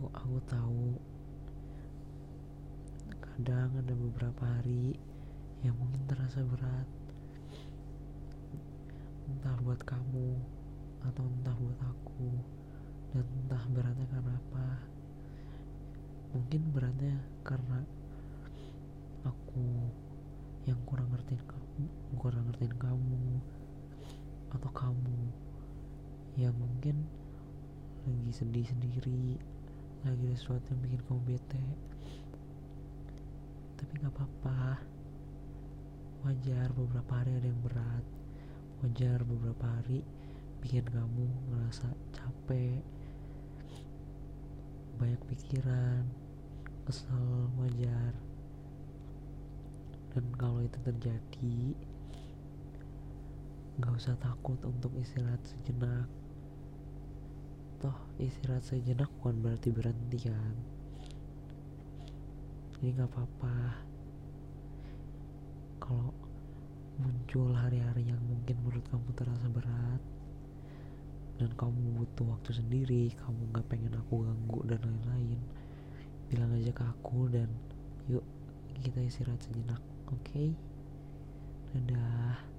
Aku tahu kadang ada beberapa hari yang mungkin terasa berat, entah buat kamu atau entah buat aku, dan entah beratnya karena apa. Mungkin beratnya karena aku yang kurang ngertiin kamu, atau kamu yang mungkin lagi sedih sendiri, lagi ada sesuatu yang bikin kamu bete. Tapi gak apa-apa, wajar beberapa hari ada yang berat, wajar beberapa hari bikin kamu ngerasa capek, banyak pikiran, kesel, wajar. Dan kalau itu terjadi, gak usah takut untuk istirahat sejenak. Toh istirahat sejenak bukan berarti berhenti kan. Jadi gak apa-apa kalau muncul hari-hari yang mungkin menurut kamu terasa berat dan kamu butuh waktu sendiri, kamu gak pengen aku ganggu dan lain-lain, bilang aja ke aku dan yuk kita istirahat sejenak. Oke? Dadah.